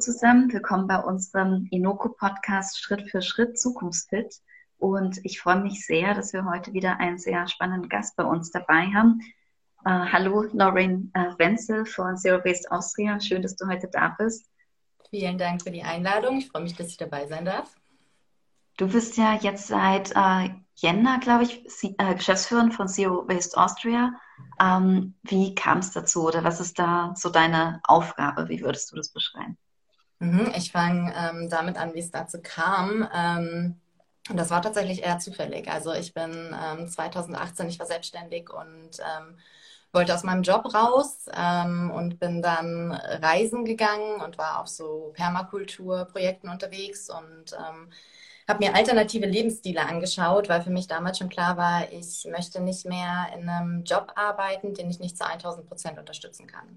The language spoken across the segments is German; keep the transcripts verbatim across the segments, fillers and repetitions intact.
zusammen, willkommen bei unserem Inoko-Podcast Schritt für Schritt Zukunftsfit. Und ich freue mich sehr, dass wir heute wieder einen sehr spannenden Gast bei uns dabei haben. Äh, hallo, Lauren äh, Wenzel von Zero Waste Austria. Schön, dass du heute da bist. Vielen Dank für die Einladung. Ich freue mich, dass ich dabei sein darf. Du bist ja jetzt seit äh, Jänner, glaube ich, Sie, äh, Geschäftsführerin von Zero Waste Austria. Ähm, wie kam es dazu oder was ist da so deine Aufgabe? Wie würdest du das beschreiben? Mhm, ich fange ähm, damit an, wie es dazu kam. Ähm, und das war tatsächlich eher zufällig. Also ich bin ähm, zweitausendachtzehn, ich war selbstständig und ähm, wollte aus meinem Job raus ähm, und bin dann reisen gegangen und war auf so Permakulturprojekten unterwegs und ähm, habe mir alternative Lebensstile angeschaut, weil für mich damals schon klar war, ich möchte nicht mehr in einem Job arbeiten, den ich nicht zu tausend Prozent unterstützen kann.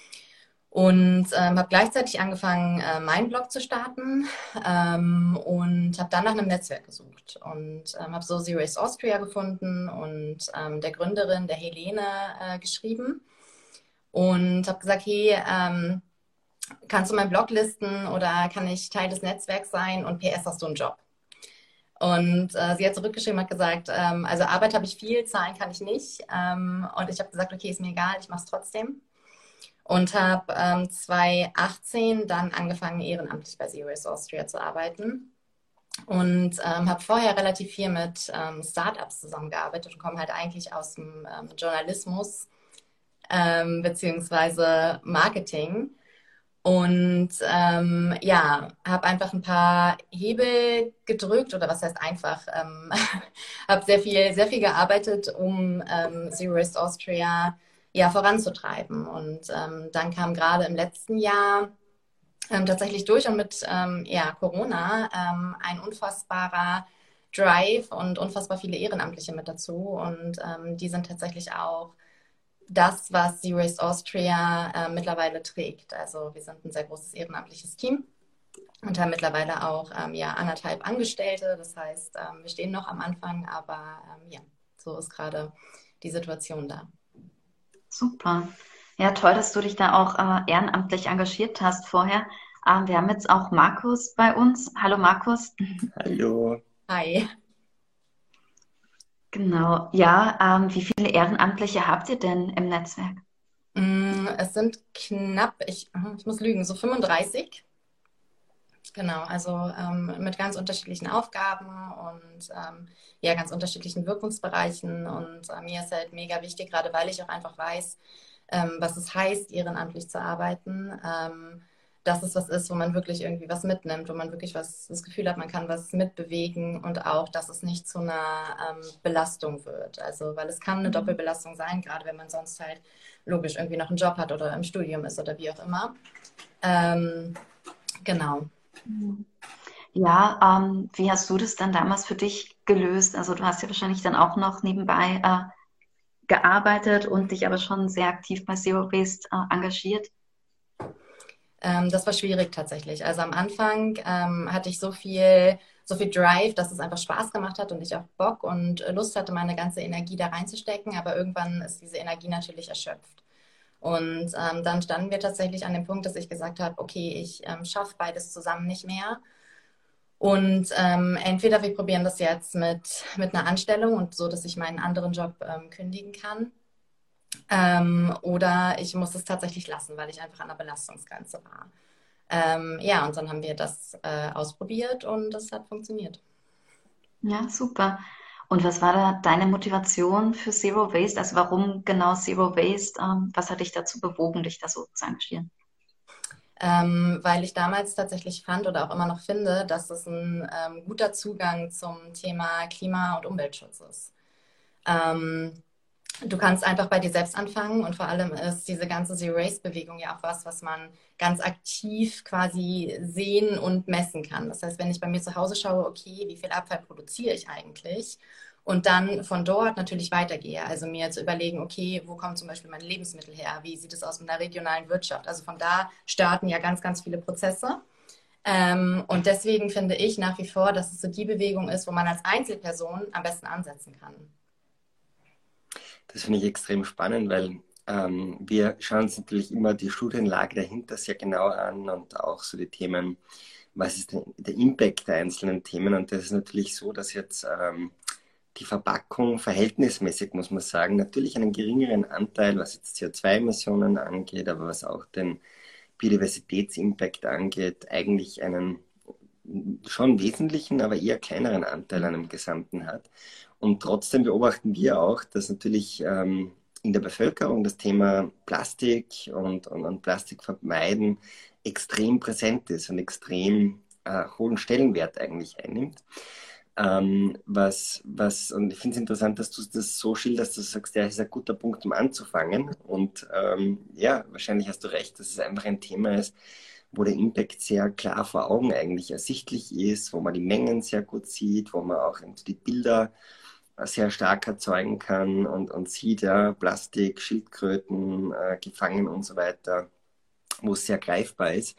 Und ähm, habe gleichzeitig angefangen, äh, meinen Blog zu starten ähm, und habe dann nach einem Netzwerk gesucht und ähm, habe so Zero Waste Austria gefunden und ähm, der Gründerin, der Helene, äh, geschrieben und habe gesagt, hey, ähm, kannst du meinen Blog listen oder kann ich Teil des Netzwerks sein und P S, hast du einen Job? Und äh, sie hat zurückgeschrieben, hat gesagt, ähm, also Arbeit habe ich viel, Zahlen kann ich nicht. Ähm, und ich habe gesagt, okay, ist mir egal, ich mache es trotzdem. Und habe ähm, zweitausendachtzehn dann angefangen, ehrenamtlich bei Zero Waste Austria zu arbeiten. Und ähm, habe vorher relativ viel mit ähm, Startups zusammengearbeitet und komme halt eigentlich aus dem ähm, Journalismus ähm, beziehungsweise Marketing. Und ähm, ja, habe einfach ein paar Hebel gedrückt oder was heißt einfach, ähm, habe sehr viel, sehr viel gearbeitet, um ähm, Zero Waste Austria ja, voranzutreiben. Und ähm, dann kam gerade im letzten Jahr ähm, tatsächlich durch und mit ähm, ja, Corona ähm, ein unfassbarer Drive und unfassbar viele Ehrenamtliche mit dazu. Und ähm, die sind tatsächlich auch das, was Zero Waste Austria äh, mittlerweile trägt. Also wir sind ein sehr großes ehrenamtliches Team und haben mittlerweile auch ähm, ja, anderthalb Angestellte. Das heißt, ähm, wir stehen noch am Anfang, aber ähm, ja, so ist gerade die Situation da. Super. Ja, toll, dass du dich da auch äh, ehrenamtlich engagiert hast vorher. Ähm, wir haben jetzt auch Markus bei uns. Hallo Markus. Hallo. Hi. Genau. Ja, ähm, wie viele Ehrenamtliche habt ihr denn im Netzwerk? Mm, Es sind knapp, ich, ich muss lügen, so fünfunddreißig. Genau, also ähm, mit ganz unterschiedlichen Aufgaben und ähm, ja, ganz unterschiedlichen Wirkungsbereichen. Und äh, mir ist halt mega wichtig, gerade weil ich auch einfach weiß, ähm, was es heißt, ehrenamtlich zu arbeiten, ähm, dass es was ist, wo man wirklich irgendwie was mitnimmt, wo man wirklich was, das Gefühl hat, man kann was mitbewegen und auch, dass es nicht zu einer ähm, Belastung wird. Also, weil es kann eine Mhm. Doppelbelastung sein, gerade wenn man sonst halt logisch irgendwie noch einen Job hat oder im Studium ist oder wie auch immer. Ähm, genau. Mhm. Ja, ähm, wie hast du das dann damals für dich gelöst? Also du hast ja wahrscheinlich dann auch noch nebenbei äh, gearbeitet und dich aber schon sehr aktiv bei Zero Waste äh, engagiert. Ähm, das war schwierig tatsächlich. Also am Anfang ähm, hatte ich so viel, so viel Drive, dass es einfach Spaß gemacht hat und ich auch Bock und äh, Lust hatte, meine ganze Energie da reinzustecken. Aber irgendwann ist diese Energie natürlich erschöpft. Und ähm, dann standen wir tatsächlich an dem Punkt, dass ich gesagt habe, okay, ich ähm, schaffe beides zusammen nicht mehr. Und ähm, entweder wir probieren das jetzt mit, mit einer Anstellung und so, dass ich meinen anderen Job ähm, kündigen kann. Ähm, oder ich muss es tatsächlich lassen, weil ich einfach an der Belastungsgrenze war. Ähm, ja, und dann haben wir das äh, ausprobiert und das hat funktioniert. Ja, super. Und was war da deine Motivation für Zero Waste? Also warum genau Zero Waste? Ähm, was hat dich dazu bewogen, dich da so zu engagieren? Ähm, weil ich damals tatsächlich fand oder auch immer noch finde, dass es ein ähm, guter Zugang zum Thema Klima- und Umweltschutz ist. Ähm, Du kannst einfach bei dir selbst anfangen und vor allem ist diese ganze Zero-Waste-Bewegung ja auch was, was man ganz aktiv quasi sehen und messen kann. Das heißt, wenn ich bei mir zu Hause schaue, okay, wie viel Abfall produziere ich eigentlich? Und dann von dort natürlich weitergehe. Also mir zu überlegen, okay, wo kommen zum Beispiel meine Lebensmittel her? Wie sieht es aus mit einer regionalen Wirtschaft? Also von da starten ja ganz, ganz viele Prozesse. Ähm, und deswegen finde ich nach wie vor, dass es so die Bewegung ist, wo man als Einzelperson am besten ansetzen kann. Das finde ich extrem spannend, weil ähm, wir schauen uns natürlich immer die Studienlage dahinter sehr genau an und auch so die Themen, was ist der, der Impact der einzelnen Themen. Und das ist natürlich so, dass jetzt ähm, die Verpackung verhältnismäßig, muss man sagen, natürlich einen geringeren Anteil, was jetzt C O zwei Emissionen angeht, aber was auch den Biodiversitätsimpact angeht, eigentlich einen schon wesentlichen, aber eher kleineren Anteil an dem Gesamten hat. Und trotzdem beobachten wir auch, dass natürlich ähm, in der Bevölkerung das Thema Plastik und, und, und Plastik vermeiden extrem präsent ist und extrem äh, hohen Stellenwert eigentlich einnimmt. Ähm, was, was, und ich finde es interessant, dass du das so schilderst, dass du sagst, ja, das ist ein guter Punkt, um anzufangen. Und ähm, ja, wahrscheinlich hast du recht, dass es einfach ein Thema ist, wo der Impact sehr klar vor Augen eigentlich ersichtlich ist, wo man die Mengen sehr gut sieht, wo man auch die Bilder sehr stark erzeugen kann und, und sieht, ja, Plastik, Schildkröten, äh, gefangen und so weiter, wo es sehr greifbar ist.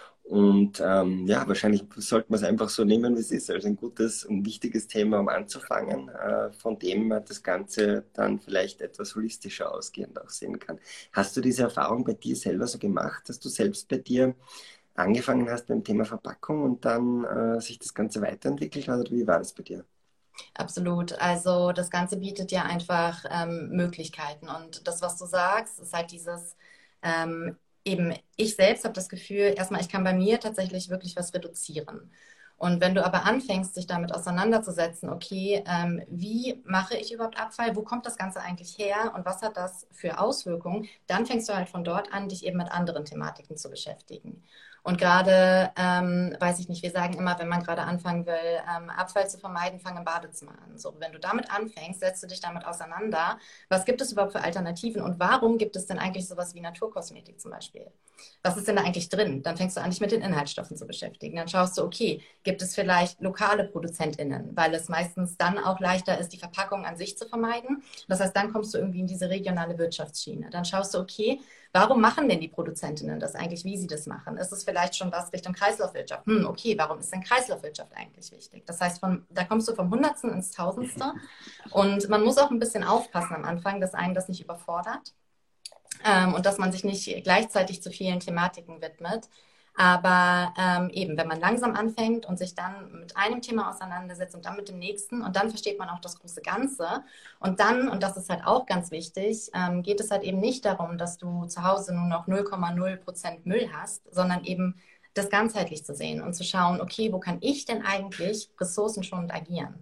Und ähm, ja, wahrscheinlich sollte man es einfach so nehmen, wie es ist. Also ein gutes und wichtiges Thema, um anzufangen, äh, von dem man das Ganze dann vielleicht etwas holistischer ausgehend auch sehen kann. Hast du diese Erfahrung bei dir selber so gemacht, dass du selbst bei dir angefangen hast beim Thema Verpackung und dann äh, sich das Ganze weiterentwickelt hat? Oder wie war das bei dir? Absolut. Also das Ganze bietet ja einfach ähm, Möglichkeiten. Und das, was du sagst, ist halt dieses, ähm, eben, ich selbst habe das Gefühl, erstmal, ich kann bei mir tatsächlich wirklich was reduzieren. Und wenn du aber anfängst, dich damit auseinanderzusetzen, okay, ähm, wie mache ich überhaupt Abfall? Wo kommt das Ganze eigentlich her? Und was hat das für Auswirkungen? Dann fängst du halt von dort an, dich eben mit anderen Thematiken zu beschäftigen. Und gerade, ähm, weiß ich nicht, wir sagen immer, wenn man gerade anfangen will, ähm, Abfall zu vermeiden, fang im Badezimmer an. So, wenn du damit anfängst, setzt du dich damit auseinander. Was gibt es überhaupt für Alternativen und warum gibt es denn eigentlich sowas wie Naturkosmetik zum Beispiel? Was ist denn da eigentlich drin? Dann fängst du an, dich mit den Inhaltsstoffen zu beschäftigen. Dann schaust du, okay, gibt es vielleicht lokale ProduzentInnen, weil es meistens dann auch leichter ist, die Verpackung an sich zu vermeiden. Das heißt, dann kommst du irgendwie in diese regionale Wirtschaftsschiene. Dann schaust du, okay, warum machen denn die Produzentinnen das eigentlich, wie sie das machen? Ist es vielleicht schon was Richtung Kreislaufwirtschaft? Hm, okay, warum ist denn Kreislaufwirtschaft eigentlich wichtig? Das heißt, von, da kommst du vom Hundertsten ins Tausendste und man muss auch ein bisschen aufpassen am Anfang, dass einen das nicht überfordert ähm, und dass man sich nicht gleichzeitig zu vielen Thematiken widmet. Aber ähm, eben, wenn man langsam anfängt und sich dann mit einem Thema auseinandersetzt und dann mit dem nächsten und dann versteht man auch das große Ganze. Und dann, und das ist halt auch ganz wichtig, ähm, geht es halt eben nicht darum, dass du zu Hause nur noch null Komma null Prozent Müll hast, sondern eben das ganzheitlich zu sehen und zu schauen, okay, wo kann ich denn eigentlich ressourcenschonend agieren?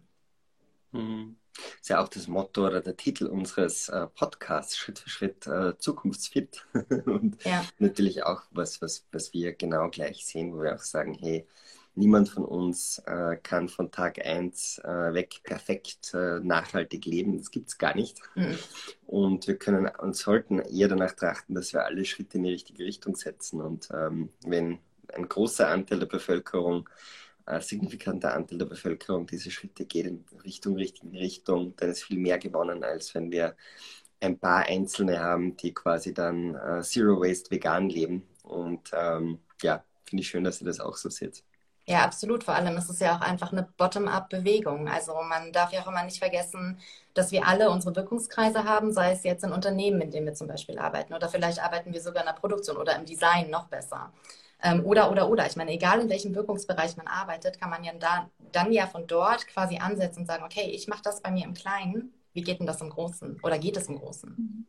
Mhm. Ist ja auch das Motto oder der Titel unseres äh, Podcasts, Schritt für Schritt äh, zukunftsfit. Und Ja. natürlich auch was, was, was wir genau gleich sehen, wo wir auch sagen, hey, niemand von uns äh, kann von Tag eins äh, weg perfekt äh, nachhaltig leben. Das gibt es gar nicht. Mhm. Und wir können und sollten eher danach trachten, dass wir alle Schritte in die richtige Richtung setzen. Und ähm, wenn ein großer Anteil der Bevölkerung ein signifikanter Anteil der Bevölkerung diese Schritte geht in Richtung, richtigen Richtung, dann ist viel mehr gewonnen, als wenn wir ein paar Einzelne haben, die quasi dann äh, Zero Waste vegan leben. Und ähm, ja, finde ich schön, dass ihr das auch so seht. Ja, absolut. Vor allem ist es ja auch einfach eine Bottom-up-Bewegung. Also man darf ja auch immer nicht vergessen, dass wir alle unsere Wirkungskreise haben, sei es jetzt in Unternehmen, in denen wir zum Beispiel arbeiten, oder vielleicht arbeiten wir sogar in der Produktion oder im Design noch besser. Ähm, oder, oder, oder. Ich meine, egal in welchem Wirkungsbereich man arbeitet, kann man ja da, dann ja von dort quasi ansetzen und sagen, okay, ich mache das bei mir im Kleinen. Wie geht denn das im Großen? Oder geht es im Großen?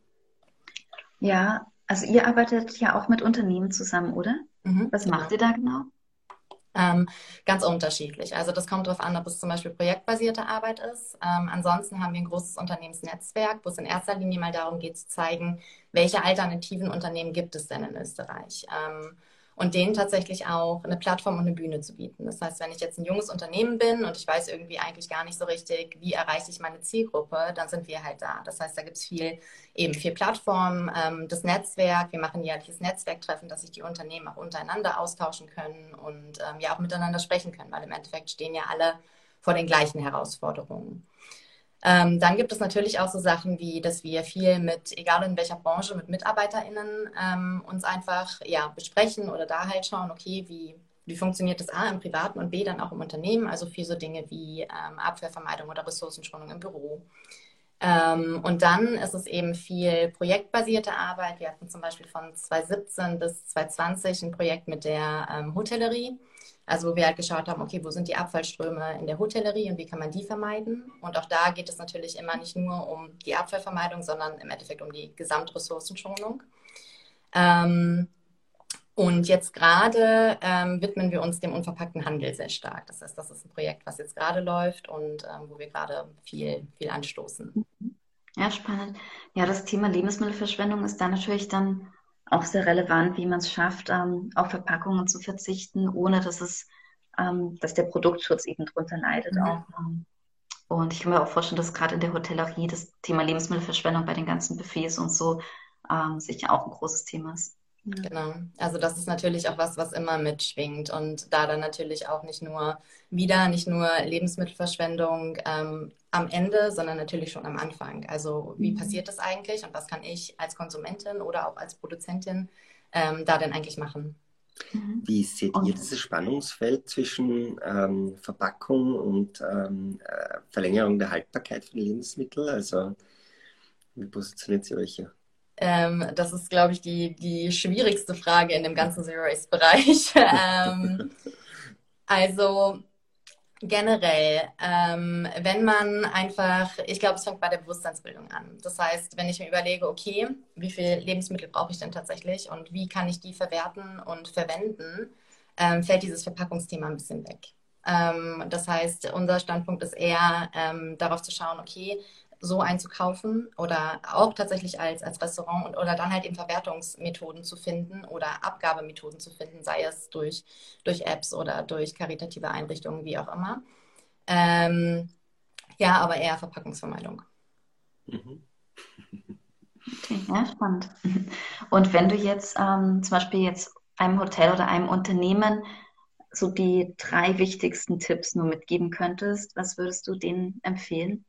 Ja, also ihr arbeitet ja auch mit Unternehmen zusammen, oder? Mhm, Was genau. macht ihr da genau? Ähm, ganz unterschiedlich. Also das kommt darauf an, ob es zum Beispiel projektbasierte Arbeit ist. Ähm, ansonsten haben wir ein großes Unternehmensnetzwerk, wo es in erster Linie mal darum geht zu zeigen, welche alternativen Unternehmen gibt es denn in Österreich. Ähm, und denen tatsächlich auch eine Plattform und eine Bühne zu bieten. Das heißt, wenn ich jetzt ein junges Unternehmen bin und ich weiß irgendwie eigentlich gar nicht so richtig, wie erreiche ich meine Zielgruppe, dann sind wir halt da. Das heißt, da gibt es viel, eben viel Plattformen, ähm, das Netzwerk. Wir machen jährliches Netzwerktreffen, dass sich die Unternehmen auch untereinander austauschen können und ähm, ja auch miteinander sprechen können, weil im Endeffekt stehen ja alle vor den gleichen Herausforderungen. Ähm, dann gibt es natürlich auch so Sachen wie, dass wir viel mit, egal in welcher Branche, mit MitarbeiterInnen ähm, uns einfach ja, besprechen oder da halt schauen, okay, wie, wie funktioniert das A im Privaten und B dann auch im Unternehmen, also viel so Dinge wie ähm, Abwehrvermeidung oder Ressourcenschonung im Büro. Ähm, und dann ist es eben viel projektbasierte Arbeit. Wir hatten zum Beispiel von zwanzig siebzehn bis zwanzig zwanzig ein Projekt mit der ähm, Hotellerie. Also wo wir halt geschaut haben, okay, wo sind die Abfallströme in der Hotellerie und wie kann man die vermeiden? Und auch da geht es natürlich immer nicht nur um die Abfallvermeidung, sondern im Endeffekt um die Gesamtressourcenschonung. Ähm, und jetzt gerade ähm, widmen wir uns dem unverpackten Handel sehr stark. Das heißt, das ist ein Projekt, was jetzt gerade läuft und ähm, wo wir gerade viel, viel anstoßen. Ja, spannend. Ja, das Thema Lebensmittelverschwendung ist da natürlich dann auch sehr relevant, wie man es schafft, ähm, auf Verpackungen zu verzichten, ohne dass es, ähm, dass der Produktschutz eben drunter leidet Mhm. auch. Ähm, und ich kann mir auch vorstellen, dass gerade in der Hotellerie das Thema Lebensmittelverschwendung bei den ganzen Buffets und so ähm, sicher auch ein großes Thema ist. Ja. Genau. Also das ist natürlich auch was, was immer mitschwingt und da dann natürlich auch nicht nur wieder, nicht nur Lebensmittelverschwendung ähm, am Ende, sondern natürlich schon am Anfang. Also wie Mhm. passiert das eigentlich und was kann ich als Konsumentin oder auch als Produzentin ähm, da denn eigentlich machen? Mhm. Wie seht ihr Und dieses Spannungsfeld zwischen ähm, Verpackung und ähm, äh, Verlängerung der Haltbarkeit von Lebensmitteln? Also, wie positioniert ihr euch hier? Ähm, das ist, glaube ich, die, die schwierigste Frage in dem ganzen Zero-Waste-Bereich. ähm, also generell, ähm, wenn man einfach, ich glaube, es fängt bei der Bewusstseinsbildung an. Das heißt, wenn ich mir überlege, okay, wie viel Lebensmittel brauche ich denn tatsächlich und wie kann ich die verwerten und verwenden, ähm, fällt dieses Verpackungsthema ein bisschen weg. Ähm, das heißt, unser Standpunkt ist eher ähm, darauf zu schauen, okay, so einzukaufen oder auch tatsächlich als, als Restaurant und, oder dann halt eben Verwertungsmethoden zu finden oder Abgabemethoden zu finden, sei es durch, durch Apps oder durch karitative Einrichtungen, wie auch immer. Ähm, ja, aber eher Verpackungsvermeidung. Mhm. okay, ja, spannend. Und wenn du jetzt ähm, zum Beispiel jetzt einem Hotel oder einem Unternehmen so die drei wichtigsten Tipps nur mitgeben könntest, was würdest du denen empfehlen?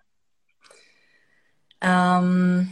Ähm,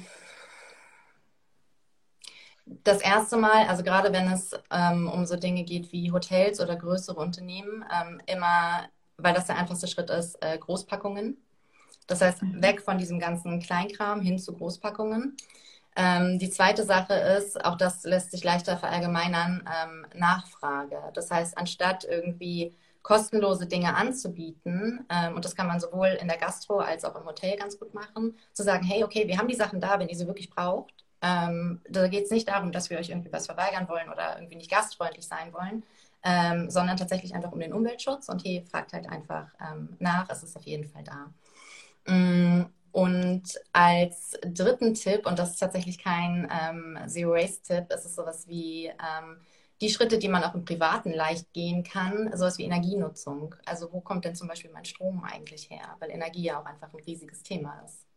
das erste Mal, also gerade wenn es ähm, um so Dinge geht wie Hotels oder größere Unternehmen, ähm, immer, weil das der einfachste Schritt ist, äh, Großpackungen. Das heißt, Mhm. weg von diesem ganzen Kleinkram hin zu Großpackungen. Ähm, die zweite Sache ist, auch das lässt sich leichter verallgemeinern, ähm, Nachfrage. Das heißt, anstatt irgendwie kostenlose Dinge anzubieten, ähm, und das kann man sowohl in der Gastro als auch im Hotel ganz gut machen, zu sagen, hey, okay, wir haben die Sachen da, wenn ihr sie wirklich braucht. Ähm, da geht es nicht darum, dass wir euch irgendwie was verweigern wollen oder irgendwie nicht gastfreundlich sein wollen, ähm, sondern tatsächlich einfach um den Umweltschutz. Und hey, fragt halt einfach ähm, nach, es ist auf jeden Fall da. Mm, Und als dritten Tipp, und das ist tatsächlich kein ähm, Zero-Waste-Tipp, ist es sowas wie ähm, die Schritte, die man auch im Privaten leicht gehen kann, sowas wie Energienutzung. Also wo kommt denn zum Beispiel mein Strom eigentlich her? Weil Energie ja auch einfach ein riesiges Thema ist.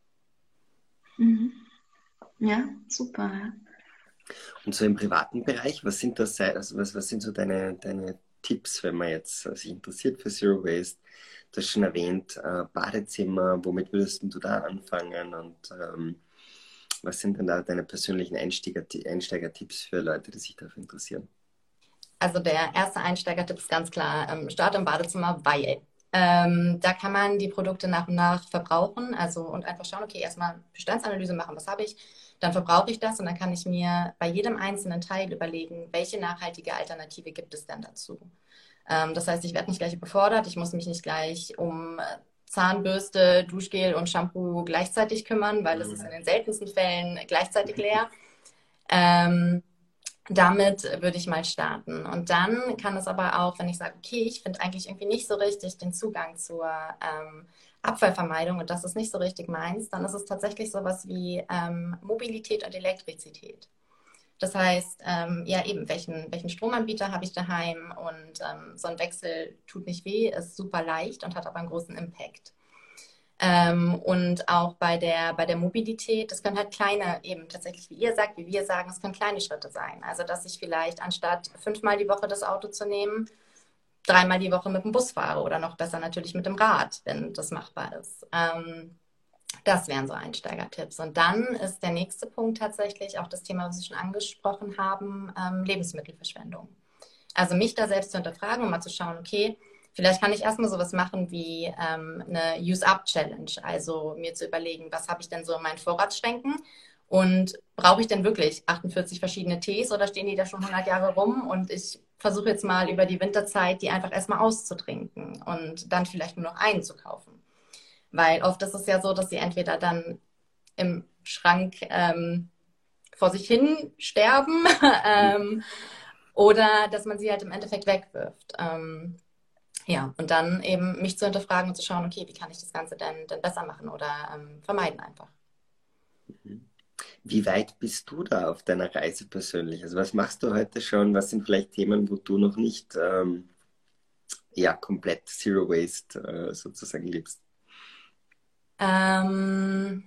Mhm. Ja, super. Und so im privaten Bereich, was sind das, also was, was sind so deine, deine Tipps, wenn man jetzt äh, sich interessiert für Zero Waste? Du hast schon erwähnt, äh, Badezimmer, womit würdest du da anfangen und ähm, was sind denn da deine persönlichen Einsteiger, Einsteiger-Tipps für Leute, die sich dafür interessieren? Also der erste Einsteigertipp ist ganz klar, ähm, Start im Badezimmer, weil ähm, da kann man die Produkte nach und nach verbrauchen, also und einfach schauen, okay, erstmal Bestandsanalyse machen, was habe ich, dann verbrauche ich das und dann kann ich mir bei jedem einzelnen Teil überlegen, welche nachhaltige Alternative gibt es denn dazu. Ähm, das heißt, ich werde nicht gleich überfordert, ich muss mich nicht gleich um äh, Zahnbürste, Duschgel und Shampoo gleichzeitig kümmern, weil es ist in Mhm. den seltensten Fällen gleichzeitig leer. Ähm, Damit würde ich mal starten. Und dann kann es aber auch, wenn ich sage, okay, ich finde eigentlich irgendwie nicht so richtig den Zugang zur ähm, Abfallvermeidung und das ist nicht so richtig meins, dann ist es tatsächlich sowas wie ähm, Mobilität und Elektrizität. Das heißt, ähm, ja eben, welchen, welchen Stromanbieter habe ich daheim und ähm, so ein Wechsel tut nicht weh, ist super leicht und hat aber einen großen Impact. Ähm, und auch bei der, bei der Mobilität, das können halt kleine, eben tatsächlich, wie ihr sagt, wie wir sagen, es können kleine Schritte sein. Also, dass ich vielleicht anstatt fünfmal die Woche das Auto zu nehmen, dreimal die Woche mit dem Bus fahre oder noch besser natürlich mit dem Rad, wenn das machbar ist. Ähm, das wären so Einsteigertipps. Und dann ist der nächste Punkt tatsächlich auch das Thema, was Sie schon angesprochen haben, ähm, Lebensmittelverschwendung. Also mich da selbst zu hinterfragen und mal zu schauen, okay, vielleicht kann ich erstmal sowas machen wie ähm, eine Use-Up-Challenge. Also mir zu überlegen, was habe ich denn so in meinen Vorratsschränken und brauche ich denn wirklich achtundvierzig verschiedene Tees oder stehen die da schon hundert Jahre rum und ich versuche jetzt mal über die Winterzeit die einfach erstmal auszutrinken und dann vielleicht nur noch einen zu kaufen. Weil oft ist es ja so, dass sie entweder dann im Schrank ähm, vor sich hin sterben ähm, oder dass man sie halt im Endeffekt wegwirft. Ähm, ja, und dann eben mich zu hinterfragen und zu schauen, okay, wie kann ich das Ganze denn, denn besser machen oder ähm, vermeiden einfach. Wie weit bist du da auf deiner Reise persönlich? Also was machst du heute schon? Was sind vielleicht Themen, wo du noch nicht ähm, ja, komplett Zero Waste äh, sozusagen lebst? Ähm,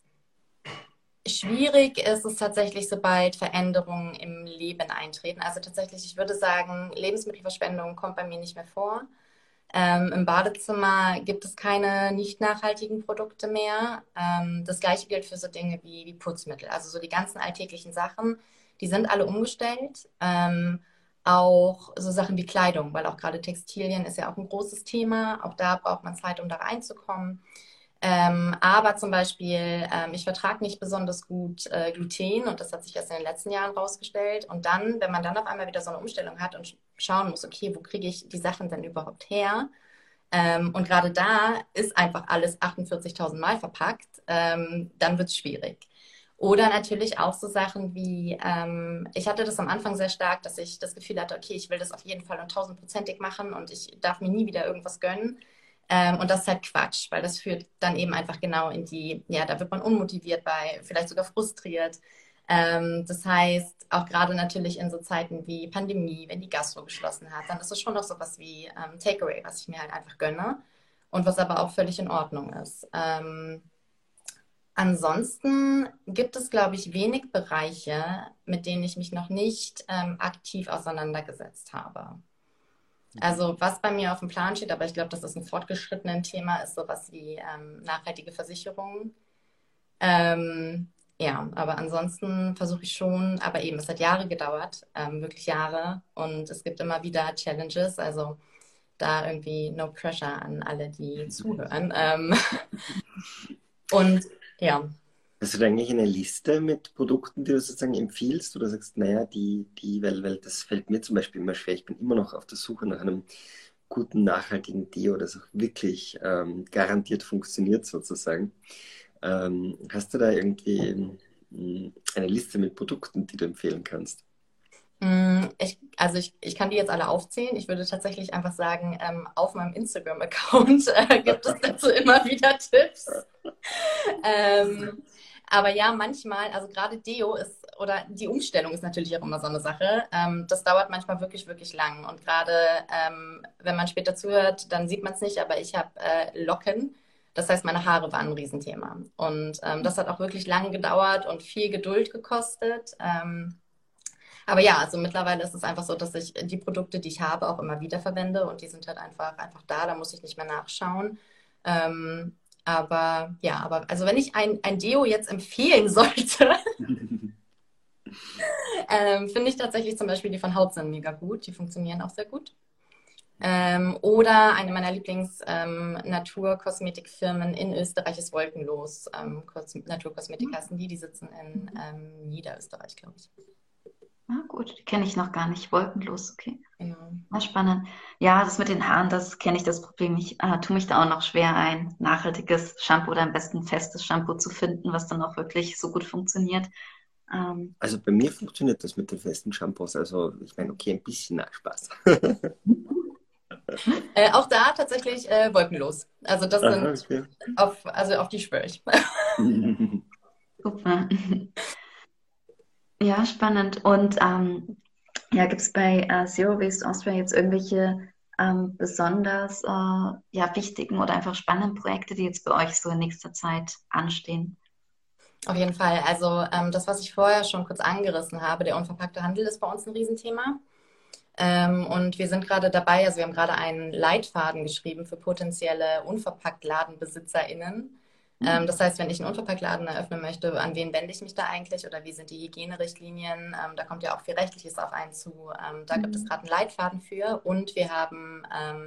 schwierig ist es tatsächlich, sobald Veränderungen im Leben eintreten. Also tatsächlich, ich würde sagen, Lebensmittelverschwendung kommt bei mir nicht mehr vor. Ähm, im Badezimmer gibt es keine nicht nachhaltigen Produkte mehr. Ähm, das gleiche gilt für so Dinge wie, wie Putzmittel. Also so die ganzen alltäglichen Sachen, die sind alle umgestellt. Ähm, auch so Sachen wie Kleidung, weil auch gerade Textilien ist ja auch ein großes Thema. Auch da braucht man Zeit, um da reinzukommen. Ähm, aber zum Beispiel, ähm, ich vertrage nicht besonders gut äh, Gluten und das hat sich erst in den letzten Jahren rausgestellt. Und dann, wenn man dann auf einmal wieder so eine Umstellung hat und sch- schauen muss, okay, wo kriege ich die Sachen denn überhaupt her? Ähm, und gerade da ist einfach alles achtundvierzigtausend Mal verpackt, ähm, dann wird es schwierig. Oder natürlich auch so Sachen wie, ähm, ich hatte das am Anfang sehr stark, dass ich das Gefühl hatte, okay, ich will das auf jeden Fall und tausendprozentig machen und ich darf mir nie wieder irgendwas gönnen. Ähm, und das ist halt Quatsch, weil das führt dann eben einfach genau in die, ja, da wird man unmotiviert bei, vielleicht sogar frustriert. Ähm, das heißt, auch gerade natürlich in so Zeiten wie Pandemie, wenn die Gastro geschlossen hat, dann ist es schon noch so was wie ähm, Takeaway, was ich mir halt einfach gönne und was aber auch völlig in Ordnung ist. Ähm, ansonsten gibt es, glaube ich, wenig Bereiche, mit denen ich mich noch nicht ähm, aktiv auseinandergesetzt habe. Also was bei mir auf dem Plan steht, aber ich glaube, das ist ein fortgeschrittenes Thema, ist sowas wie ähm, nachhaltige Versicherungen. Ähm, ja, aber ansonsten versuche ich schon, aber eben, es hat Jahre gedauert, ähm, wirklich Jahre. Und es gibt immer wieder Challenges, also da irgendwie no pressure an alle, die zuhören. Ähm, und ja. Hast du da eigentlich eine Liste mit Produkten, die du sozusagen empfiehlst? Oder sagst, naja, die, die, weil, weil das fällt mir zum Beispiel immer schwer. Ich bin immer noch auf der Suche nach einem guten, nachhaltigen Deo, das auch wirklich ähm, garantiert funktioniert sozusagen. Ähm, hast du da irgendwie ähm, eine Liste mit Produkten, die du empfehlen kannst? Mm, Ich, also ich, ich kann die jetzt alle aufzählen. Ich würde tatsächlich einfach sagen, ähm, auf meinem Instagram-Account äh, gibt es dazu immer wieder Tipps. Ähm, aber ja, manchmal, also gerade Deo ist, oder die Umstellung ist natürlich auch immer so eine Sache. Ähm, das dauert manchmal wirklich, wirklich lang. Und gerade ähm, wenn man später zuhört, dann sieht man es nicht, aber ich habe äh, Locken. Das heißt, meine Haare waren ein Riesenthema. Und ähm, das hat auch wirklich lange gedauert und viel Geduld gekostet. Ähm, aber ja, also mittlerweile ist es einfach so, dass ich die Produkte, die ich habe, auch immer wieder verwende und die sind halt einfach, einfach da, da muss ich nicht mehr nachschauen. Ähm, aber ja, aber also wenn ich ein, ein Deo jetzt empfehlen sollte, ähm, finde ich tatsächlich zum Beispiel die von Hautzinn mega gut. Die funktionieren auch sehr gut. Ähm, oder eine meiner Lieblings-Naturkosmetikfirmen in Österreich ist Wolkenlos. Ähm, Kos Naturkosmetik heißen die, die sitzen in ähm, Niederösterreich, glaube ich. Ah, gut, die kenne ich noch gar nicht. Wolkenlos, okay. Genau. Ah, spannend. Ja, das mit den Haaren, das kenne ich das Problem. Ich äh, tue mich da auch noch schwer, ein nachhaltiges Shampoo oder am besten festes Shampoo zu finden, was dann auch wirklich so gut funktioniert. Ähm, Also bei mir funktioniert das mit den festen Shampoos. Also ich meine, okay, ein bisschen nach Spaß. Äh, auch da tatsächlich äh, wolkenlos. Also das Aha, sind okay. auf, also auf die schwöre ich. super. Ja, spannend. Und ähm, ja, gibt es bei äh, Zero Waste Austria jetzt irgendwelche ähm, besonders äh, ja, wichtigen oder einfach spannenden Projekte, die jetzt bei euch so in nächster Zeit anstehen? Auf jeden Fall. Also ähm, das, was ich vorher schon kurz angerissen habe, der unverpackte Handel ist bei uns ein Riesenthema. Ähm, und wir sind gerade dabei, also wir haben gerade einen Leitfaden geschrieben für potenzielle Unverpackt-Ladenbesitzerinnen. Ähm, das heißt, wenn ich einen Unverpackt-Laden eröffnen möchte, an wen wende ich mich da eigentlich oder wie sind die Hygienerichtlinien? Ähm, da kommt ja auch viel Rechtliches auf einen zu. Ähm, da gibt es Mhm. gerade einen Leitfaden für und wir haben ähm,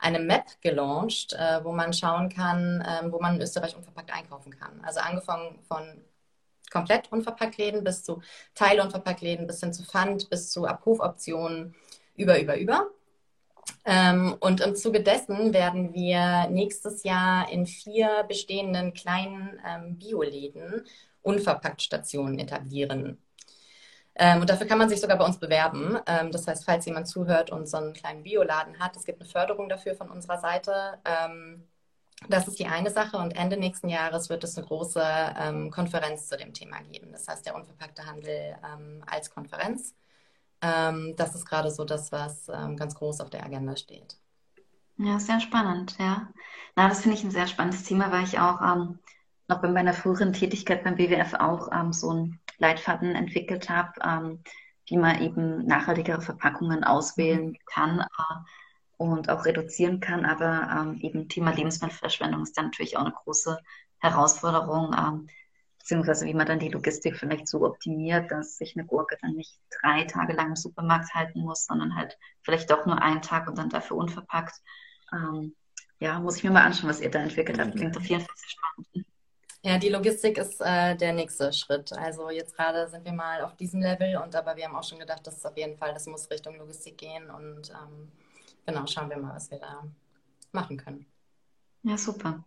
eine Map gelauncht, äh, wo man schauen kann, äh, wo man in Österreich unverpackt einkaufen kann. Also angefangen von komplett unverpackt Läden bis zu Teilunverpackt Läden, bis hin zu Pfand, bis zu Abrufoptionen, über, über, über. Ähm, und im Zuge dessen werden wir nächstes Jahr in vier bestehenden kleinen ähm, Bioläden Unverpackt-Stationen etablieren. Ähm, und dafür kann man sich sogar bei uns bewerben. Ähm, das heißt, falls jemand zuhört und so einen kleinen Bioladen hat, es gibt eine Förderung dafür von unserer Seite. Ähm, das ist die eine Sache. Und Ende nächsten Jahres wird es eine große ähm, Konferenz zu dem Thema geben. Das heißt, der unverpackte Handel ähm, als Konferenz. Ähm, das ist gerade so das, was ähm, ganz groß auf der Agenda steht. Ja, sehr spannend, ja. Na, das finde ich ein sehr spannendes Thema, weil ich auch ähm, noch bei meiner früheren Tätigkeit beim B W F auch ähm, so einen Leitfaden entwickelt habe, ähm, wie man eben nachhaltigere Verpackungen auswählen kann äh, und auch reduzieren kann. Aber ähm, eben Thema Lebensmittelverschwendung ist dann natürlich auch eine große Herausforderung, ähm, beziehungsweise wie man dann die Logistik vielleicht so optimiert, dass sich eine Gurke dann nicht drei Tage lang im Supermarkt halten muss, sondern halt vielleicht doch nur einen Tag und dann dafür unverpackt. Ähm, ja, muss ich mir mal anschauen, was ihr da entwickelt habt. Klingt auf jeden Fall sehr spannend. Ja, die Logistik ist äh, der nächste Schritt. Also jetzt gerade sind wir mal auf diesem Level und aber wir haben auch schon gedacht, dass es auf jeden Fall, das muss Richtung Logistik gehen und ähm, genau, schauen wir mal, was wir da machen können. Ja, super.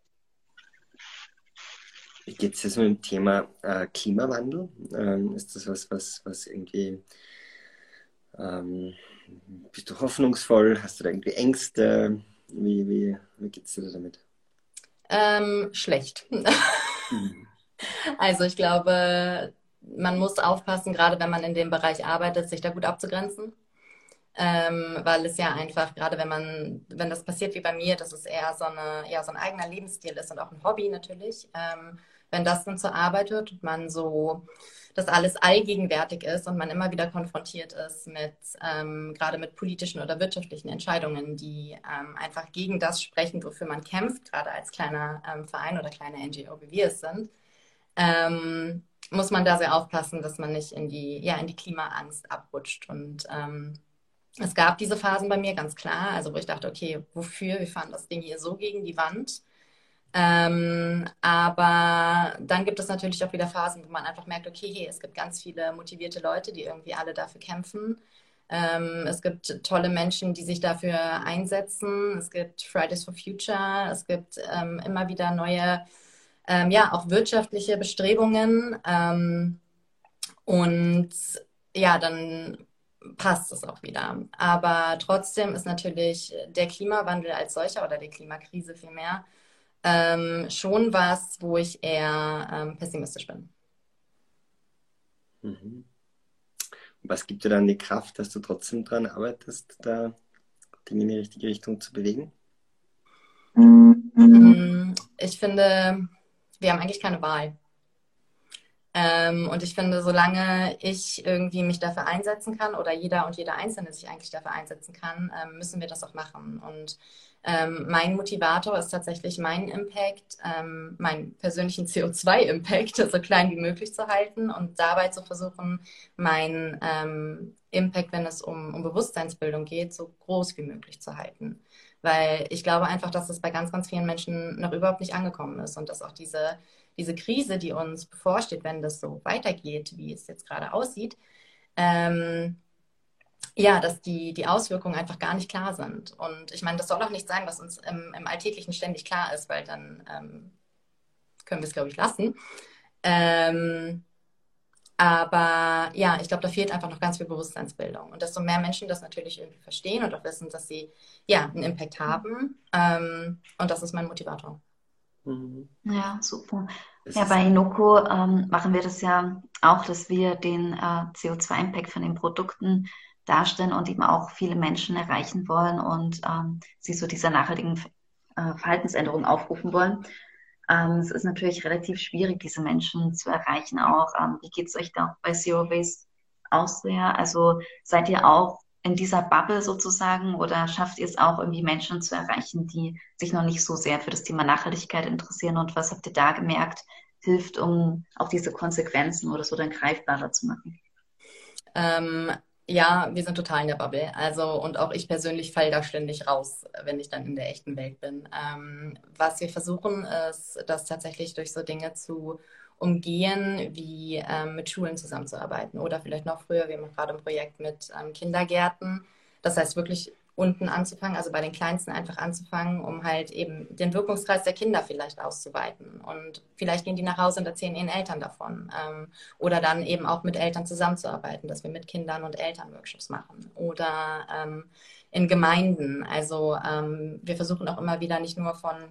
Wie geht es jetzt mit dem Thema äh, Klimawandel? Ähm, ist das was, was, was irgendwie, ähm, bist du hoffnungsvoll? Hast du da irgendwie Ängste? Wie, wie, wie geht es dir damit? Ähm, schlecht. Mhm. Also ich glaube, man muss aufpassen, gerade wenn man in dem Bereich arbeitet, sich da gut abzugrenzen. Ähm, weil es ja einfach, gerade wenn man, wenn das passiert wie bei mir, dass es eher so eine, ja, so ein eigener Lebensstil ist und auch ein Hobby natürlich. Ähm, wenn das dann zur Arbeit wird und man so, dass alles allgegenwärtig ist und man immer wieder konfrontiert ist mit, ähm, gerade mit politischen oder wirtschaftlichen Entscheidungen, die ähm, einfach gegen das sprechen, wofür man kämpft, gerade als kleiner ähm, Verein oder kleine N G O, wie wir es sind, ähm, muss man da sehr aufpassen, dass man nicht in die, ja, in die Klimaangst abrutscht. Und ähm, es gab diese Phasen bei mir, ganz klar, also wo ich dachte, okay, wofür? Wir fahren das Ding hier so gegen die Wand. Ähm, aber dann gibt es natürlich auch wieder Phasen, wo man einfach merkt, okay, hey, es gibt ganz viele motivierte Leute, die irgendwie alle dafür kämpfen. Ähm, es gibt tolle Menschen, die sich dafür einsetzen. Es gibt Fridays for Future. Es gibt ähm, immer wieder neue, ähm, ja, auch wirtschaftliche Bestrebungen. Ähm, und ja, dann passt es auch wieder. Aber trotzdem ist natürlich der Klimawandel als solcher oder die Klimakrise vielmehr ähm, schon was, wo ich eher ähm, pessimistisch bin. Mhm. Was gibt dir dann die Kraft, dass du trotzdem dran arbeitest, da Dinge in die richtige Richtung zu bewegen? Ich finde, wir haben eigentlich keine Wahl. Ähm, und ich finde, solange ich irgendwie mich dafür einsetzen kann oder jeder und jeder Einzelne sich eigentlich dafür einsetzen kann, ähm, müssen wir das auch machen. Und ähm, mein Motivator ist tatsächlich mein Impact, ähm, meinen persönlichen C O zwei Impact so klein wie möglich zu halten und dabei zu versuchen, meinen ähm, Impact, wenn es um, um Bewusstseinsbildung geht, so groß wie möglich zu halten. Weil ich glaube einfach, dass es bei ganz, ganz vielen Menschen noch überhaupt nicht angekommen ist und dass auch diese diese Krise, die uns bevorsteht, wenn das so weitergeht, wie es jetzt gerade aussieht, ähm, ja, dass die, die Auswirkungen einfach gar nicht klar sind. Und ich meine, das soll auch nicht sein, was uns im, im Alltäglichen ständig klar ist, weil dann ähm, können wir es, glaube ich, lassen. Ähm, aber ja, ich glaube, da fehlt einfach noch ganz viel Bewusstseinsbildung. Und desto mehr Menschen das natürlich irgendwie verstehen und auch wissen, dass sie ja einen Impact haben. Ähm, und das ist mein Motivator. Mhm. Ja, super. Das Ja, ist, bei Inoko ähm, machen wir das ja auch, dass wir den äh, C O zwei Impact von den Produkten darstellen und eben auch viele Menschen erreichen wollen und ähm, sie zu dieser nachhaltigen äh, Verhaltensänderung aufrufen wollen. Ähm, es ist natürlich relativ schwierig, diese Menschen zu erreichen auch. Ähm, wie geht es euch da bei Zero Waste Austria? Also seid ihr auch in dieser Bubble sozusagen oder schafft ihr es auch irgendwie Menschen zu erreichen, die sich noch nicht so sehr für das Thema Nachhaltigkeit interessieren? Und was habt ihr da gemerkt, hilft, um auch diese Konsequenzen oder so dann greifbarer zu machen? Ähm, Ja, wir sind total in der Bubble. Also, und auch ich persönlich falle da ständig raus, wenn ich dann in der echten Welt bin. Ähm, was wir versuchen, ist, das tatsächlich durch so Dinge zu umgehen, wie ähm, mit Schulen zusammenzuarbeiten. Oder vielleicht noch früher, wir machen gerade ein Projekt mit ähm, Kindergärten. Das heißt, wirklich unten anzufangen, also bei den Kleinsten einfach anzufangen, um halt eben den Wirkungskreis der Kinder vielleicht auszuweiten. Und vielleicht gehen die nach Hause und erzählen ihren Eltern davon. Ähm, oder dann eben auch mit Eltern zusammenzuarbeiten, dass wir mit Kindern und Eltern Workshops machen. Oder ähm, in Gemeinden. Also ähm, wir versuchen auch immer wieder nicht nur von,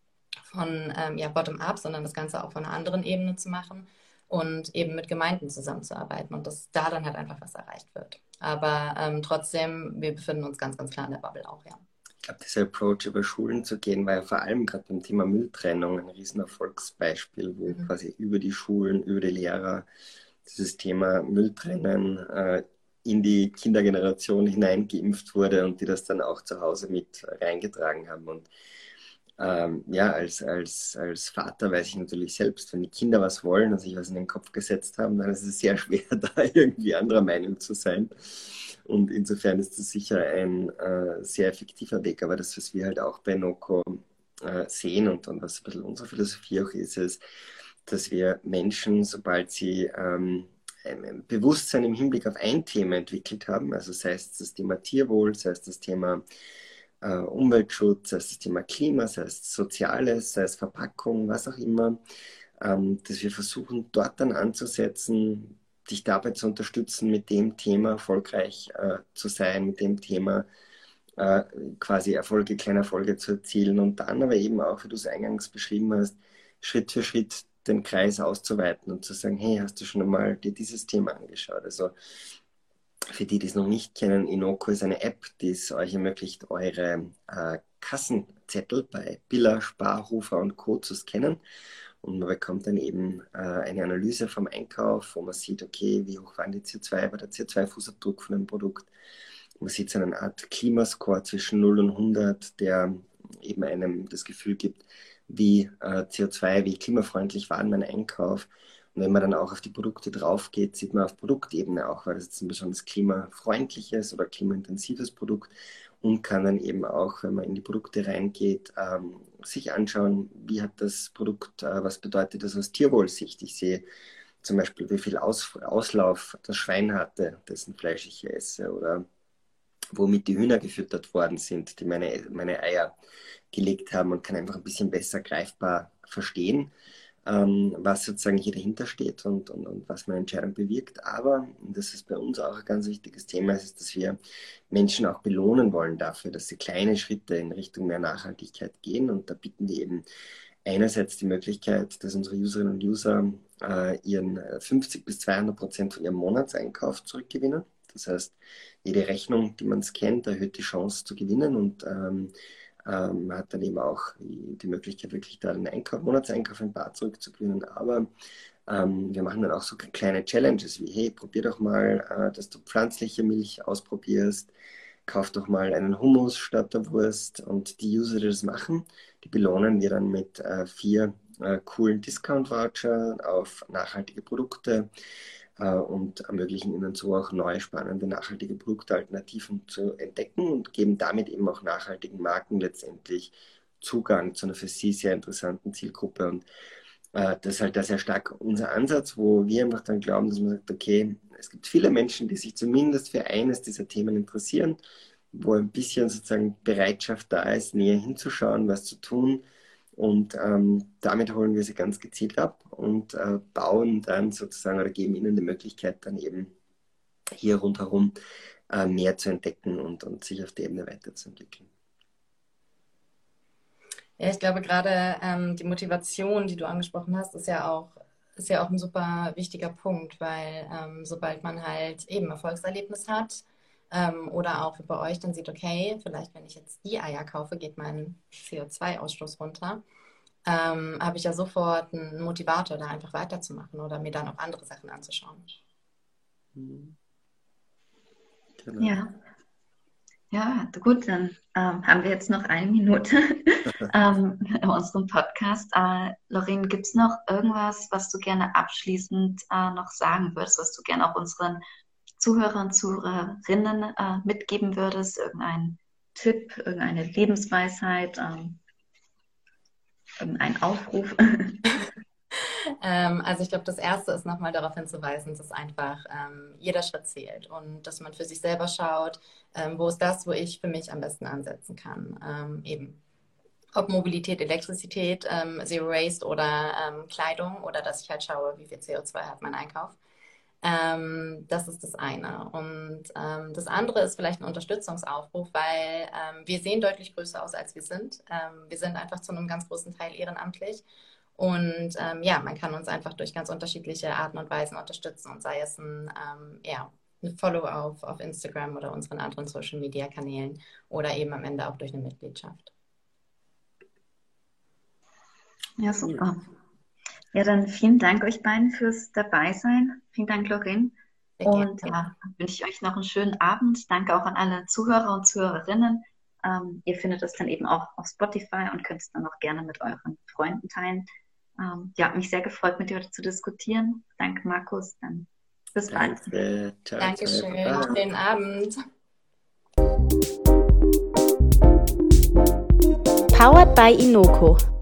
von ähm, ja, Bottom-up, sondern das Ganze auch von einer anderen Ebene zu machen und eben mit Gemeinden zusammenzuarbeiten und dass da dann halt einfach was erreicht wird. Aber ähm, trotzdem, wir befinden uns ganz, ganz klar in der Bubble auch, ja. Ich glaube, dieser Approach über Schulen zu gehen, war ja vor allem gerade beim Thema Mülltrennung ein riesen Erfolgsbeispiel, wo Mhm. quasi über die Schulen, über die Lehrer dieses Thema Mülltrennen äh, in die Kindergeneration hineingeimpft wurde und die das dann auch zu Hause mit reingetragen haben. Und ähm, ja, als, als, als Vater weiß ich natürlich selbst, wenn die Kinder was wollen und sich was in den Kopf gesetzt haben, dann ist es sehr schwer, da irgendwie anderer Meinung zu sein. Und insofern ist das sicher ein äh, sehr effektiver Weg. Aber das, was wir halt auch bei Noco äh, sehen und, und was ein bisschen unsere Philosophie auch ist, ist, dass wir Menschen, sobald sie ähm, ein Bewusstsein im Hinblick auf ein Thema entwickelt haben, also sei es das Thema Tierwohl, sei es das Thema äh, Umweltschutz, sei es das Thema Klima, sei es Soziales, sei es Verpackung, was auch immer, ähm, dass wir versuchen, dort dann anzusetzen, dich dabei zu unterstützen, mit dem Thema erfolgreich äh, zu sein, mit dem Thema äh, quasi Erfolge, kleine Erfolge zu erzielen und dann aber eben auch, wie du es eingangs beschrieben hast, Schritt für Schritt den Kreis auszuweiten und zu sagen, hey, hast du schon einmal dir dieses Thema angeschaut? Also für die, die es noch nicht kennen, Inoko ist eine App, die es euch ermöglicht, eure äh, Kassenzettel bei Billa, Sparhofer und Co. zu scannen. Und man bekommt dann eben äh, eine Analyse vom Einkauf, wo man sieht, okay, wie hoch war die C O zwei, war der C O zwei Fußabdruck von dem Produkt. Man sieht so eine Art Klimascore zwischen null und hundert, der eben einem das Gefühl gibt, wie äh, C O zwei, wie klimafreundlich war mein Einkauf. Und wenn man dann auch auf die Produkte drauf geht, sieht man auf Produktebene auch, weil das jetzt ein besonders klimafreundliches oder klimaintensives Produkt und kann dann eben auch, wenn man in die Produkte reingeht, ähm, sich anschauen, wie hat das Produkt, äh, was bedeutet das aus Tierwohlsicht. Ich sehe zum Beispiel, wie viel aus Auslauf das Schwein hatte, dessen Fleisch ich esse, oder womit die Hühner gefüttert worden sind, die meine, meine Eier gelegt haben, und kann einfach ein bisschen besser greifbar verstehen, ähm, was sozusagen hier dahinter steht und, und, und was meine Entscheidung bewirkt. Aber, und das ist bei uns auch ein ganz wichtiges Thema, ist, dass wir Menschen auch belohnen wollen dafür, dass sie kleine Schritte in Richtung mehr Nachhaltigkeit gehen. Und da bieten wir eben einerseits die Möglichkeit, dass unsere Userinnen und User äh, ihren fünfzig bis zweihundert Prozent von ihrem Monatseinkauf zurückgewinnen. Das heißt, jede Rechnung, die man scannt, erhöht die Chance zu gewinnen, und ähm, ähm, man hat dann eben auch die Möglichkeit, wirklich da den Einkauf, Monatseinkauf ein paar zurückzugewinnen. Aber ähm, wir machen dann auch so kleine Challenges wie, hey, probier doch mal, äh, dass du pflanzliche Milch ausprobierst, kauf doch mal einen Hummus statt der Wurst, und die User, die das machen, die belohnen wir dann mit äh, vier äh, coolen Discount-Voucher auf nachhaltige Produkte äh, und ermöglichen ihnen so auch neue, spannende, nachhaltige Produktalternativen zu entdecken und geben damit eben auch nachhaltigen Marken letztendlich Zugang zu einer für sie sehr interessanten Zielgruppe. Und äh, das ist halt da sehr stark unser Ansatz, wo wir einfach dann glauben, dass man sagt, okay, es gibt viele Menschen, die sich zumindest für eines dieser Themen interessieren, wo ein bisschen sozusagen Bereitschaft da ist, näher hinzuschauen, was zu tun. Und ähm, damit holen wir sie ganz gezielt ab und äh, bauen dann sozusagen oder geben ihnen die Möglichkeit, dann eben hier rundherum äh, mehr zu entdecken und, und sich auf der Ebene weiterzuentwickeln. Ja, ich glaube gerade ähm, die Motivation, die du angesprochen hast, ist ja auch, ist ja auch ein super wichtiger Punkt, weil ähm, sobald man halt eben Erfolgserlebnis hat ähm, oder auch wie bei euch dann sieht, okay, vielleicht wenn ich jetzt die Eier kaufe, geht mein C O zwei Ausstoß runter, ähm, habe ich ja sofort einen Motivator, da einfach weiterzumachen oder mir dann auch andere Sachen anzuschauen. Mhm. Genau. Ja, ja, gut, dann ähm, haben wir jetzt noch eine Minute ähm, in unserem Podcast. Äh, Lauren, gibt es noch irgendwas, was du gerne abschließend äh, noch sagen würdest, was du gerne auch unseren Zuhörer und Zuhörerinnen äh, mitgeben würdest? Irgendein Tipp, irgendeine Lebensweisheit, ähm, irgendein Aufruf? Ähm, also ich glaube, das Erste ist nochmal darauf hinzuweisen, dass einfach ähm, jeder Schritt zählt und dass man für sich selber schaut, ähm, wo ist das, wo ich für mich am besten ansetzen kann. Ähm, eben, ob Mobilität, Elektrizität, ähm, Zero Waste oder ähm, Kleidung oder dass ich halt schaue, wie viel C O zwei hat mein Einkauf. Ähm, das ist das eine. Und ähm, das andere ist vielleicht ein Unterstützungsaufruf, weil ähm, wir sehen deutlich größer aus, als wir sind. Ähm, wir sind einfach zu einem ganz großen Teil ehrenamtlich. Und ähm, ja, man kann uns einfach durch ganz unterschiedliche Arten und Weisen unterstützen und sei es ein, ähm, ja, ein Follow auf, auf Instagram oder unseren anderen Social-Media-Kanälen oder eben am Ende auch durch eine Mitgliedschaft. Ja, super. Ja, dann vielen Dank euch beiden fürs Dabeisein. Vielen Dank, Lorraine. Sehr Und gerne. ja, dann wünsche ich euch noch einen schönen Abend. Danke auch an alle Zuhörer und Zuhörerinnen. Ähm, ihr findet es dann eben auch auf Spotify und könnt es dann auch gerne mit euren Freunden teilen. Ähm, ja, hat mich sehr gefreut, mit dir heute zu diskutieren. Danke, Markus. Dann bis bald. Danke. Ciao, Dankeschön. ciao, baba. Schönen Abend. Powered by Inoko.